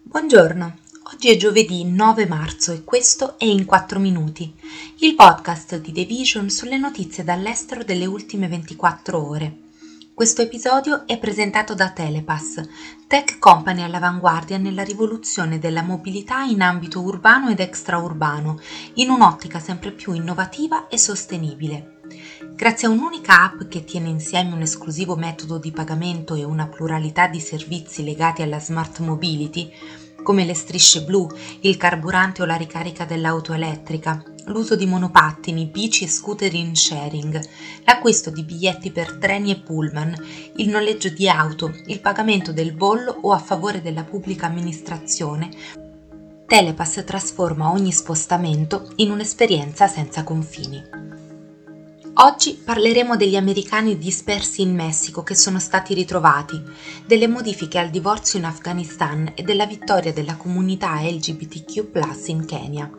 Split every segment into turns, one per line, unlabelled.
Buongiorno, oggi è giovedì 9 marzo e questo è In 4 Minuti, il podcast di The Vision sulle notizie dall'estero delle ultime 24 ore. Questo episodio è presentato da Telepass, tech company all'avanguardia nella rivoluzione della mobilità in ambito urbano ed extraurbano, in un'ottica sempre più innovativa e sostenibile. Grazie a un'unica app che tiene insieme un esclusivo metodo di pagamento e una pluralità di servizi legati alla smart mobility, come le strisce blu, il carburante o la ricarica dell'auto elettrica, l'uso di monopattini, bici e scooter in sharing, l'acquisto di biglietti per treni e pullman, il noleggio di auto, il pagamento del bollo o a favore della pubblica amministrazione, Telepass trasforma ogni spostamento in un'esperienza senza confini. Oggi parleremo degli americani dispersi in Messico che sono stati ritrovati, delle modifiche al divorzio in Afghanistan e della vittoria della comunità LGBTQ+ in Kenya.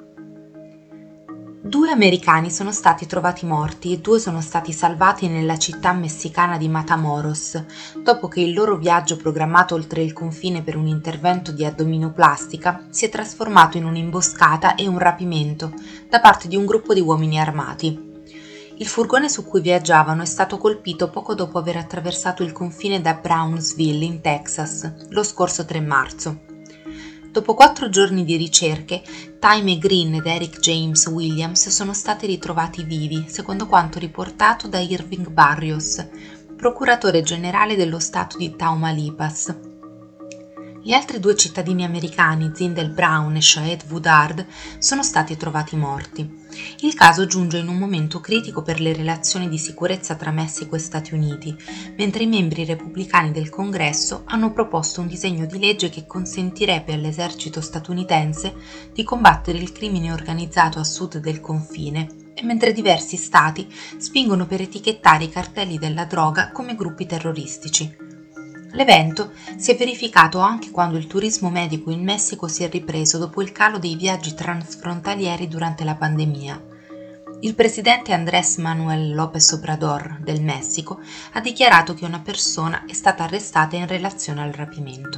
2 americani sono stati trovati morti e 2 sono stati salvati nella città messicana di Matamoros, dopo che il loro viaggio programmato oltre il confine per un intervento di addominoplastica si è trasformato in un'imboscata e un rapimento da parte di un gruppo di uomini armati. Il furgone su cui viaggiavano è stato colpito poco dopo aver attraversato il confine da Brownsville, in Texas, lo scorso 3 marzo. Dopo 4 giorni di ricerche, Time Green ed Eric James Williams sono stati ritrovati vivi, secondo quanto riportato da Irving Barrios, procuratore generale dello stato di Tamaulipas. Gli altri 2 cittadini americani, Zindel Brown e Shahed Woodard, sono stati trovati morti. Il caso giunge in un momento critico per le relazioni di sicurezza tra Messico e Stati Uniti, mentre i membri repubblicani del Congresso hanno proposto un disegno di legge che consentirebbe all'esercito statunitense di combattere il crimine organizzato a sud del confine, e mentre diversi stati spingono per etichettare i cartelli della droga come gruppi terroristici. L'evento si è verificato anche quando il turismo medico in Messico si è ripreso dopo il calo dei viaggi transfrontalieri durante la pandemia. Il presidente Andrés Manuel López Obrador del Messico ha dichiarato che una persona è stata arrestata in relazione al rapimento.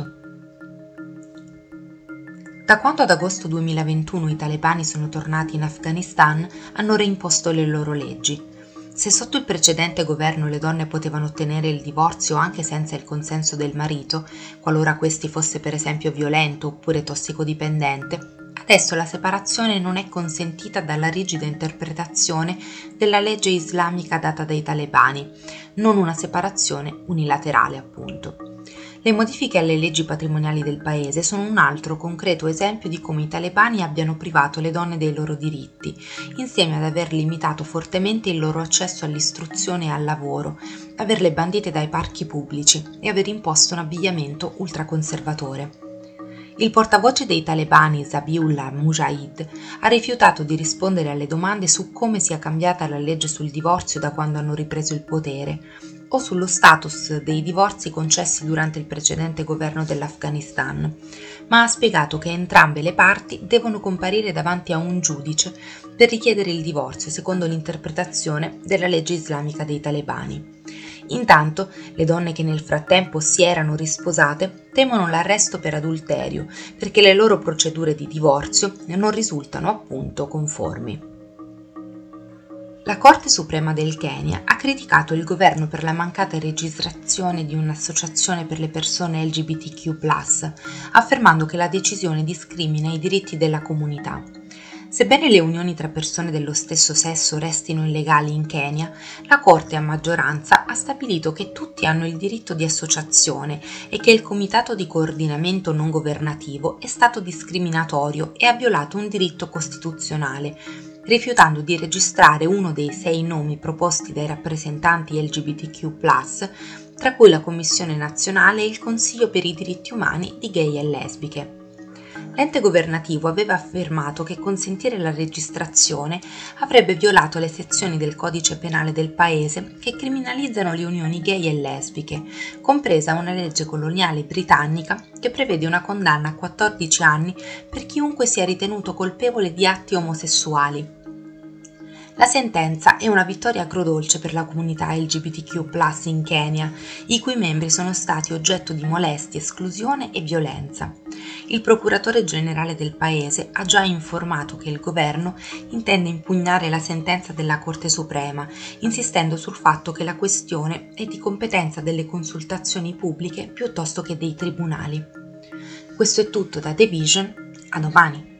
Da quando ad agosto 2021 i talebani sono tornati in Afghanistan, hanno reimposto le loro leggi. Se sotto il precedente governo le donne potevano ottenere il divorzio anche senza il consenso del marito, qualora questi fosse per esempio violento oppure tossicodipendente, adesso la separazione non è consentita dalla rigida interpretazione della legge islamica data dai talebani, non una separazione unilaterale appunto. Le modifiche alle leggi patrimoniali del paese sono un altro concreto esempio di come i talebani abbiano privato le donne dei loro diritti, insieme ad aver limitato fortemente il loro accesso all'istruzione e al lavoro, averle bandite dai parchi pubblici e aver imposto un abbigliamento ultraconservatore. Il portavoce dei talebani, Zabiullah Mujahid, ha rifiutato di rispondere alle domande su come sia cambiata la legge sul divorzio da quando hanno ripreso il potere, o sullo status dei divorzi concessi durante il precedente governo dell'Afghanistan, ma ha spiegato che entrambe le parti devono comparire davanti a un giudice per richiedere il divorzio secondo l'interpretazione della legge islamica dei talebani. Intanto, le donne che nel frattempo si erano risposate temono l'arresto per adulterio perché le loro procedure di divorzio non risultano appunto conformi. La Corte Suprema del Kenya ha criticato il governo per la mancata registrazione di un'associazione per le persone LGBTQ+, affermando che la decisione discrimina i diritti della comunità. Sebbene le unioni tra persone dello stesso sesso restino illegali in Kenya, la Corte a maggioranza ha stabilito che tutti hanno il diritto di associazione e che il Comitato di Coordinamento Non Governativo è stato discriminatorio e ha violato un diritto costituzionale, rifiutando di registrare uno dei 6 nomi proposti dai rappresentanti LGBTQ+, tra cui la Commissione nazionale e il Consiglio per i diritti umani di gay e lesbiche. L'ente governativo aveva affermato che consentire la registrazione avrebbe violato le sezioni del codice penale del paese che criminalizzano le unioni gay e lesbiche, compresa una legge coloniale britannica che prevede una condanna a 14 anni per chiunque sia ritenuto colpevole di atti omosessuali. La sentenza è una vittoria agrodolce per la comunità LGBTQ+ in Kenya, i cui membri sono stati oggetto di molestie, esclusione e violenza. il procuratore generale del paese ha già informato che il governo intende impugnare la sentenza della Corte Suprema, insistendo sul fatto che la questione è di competenza delle consultazioni pubbliche piuttosto che dei tribunali. Questo è tutto da The Vision, a domani!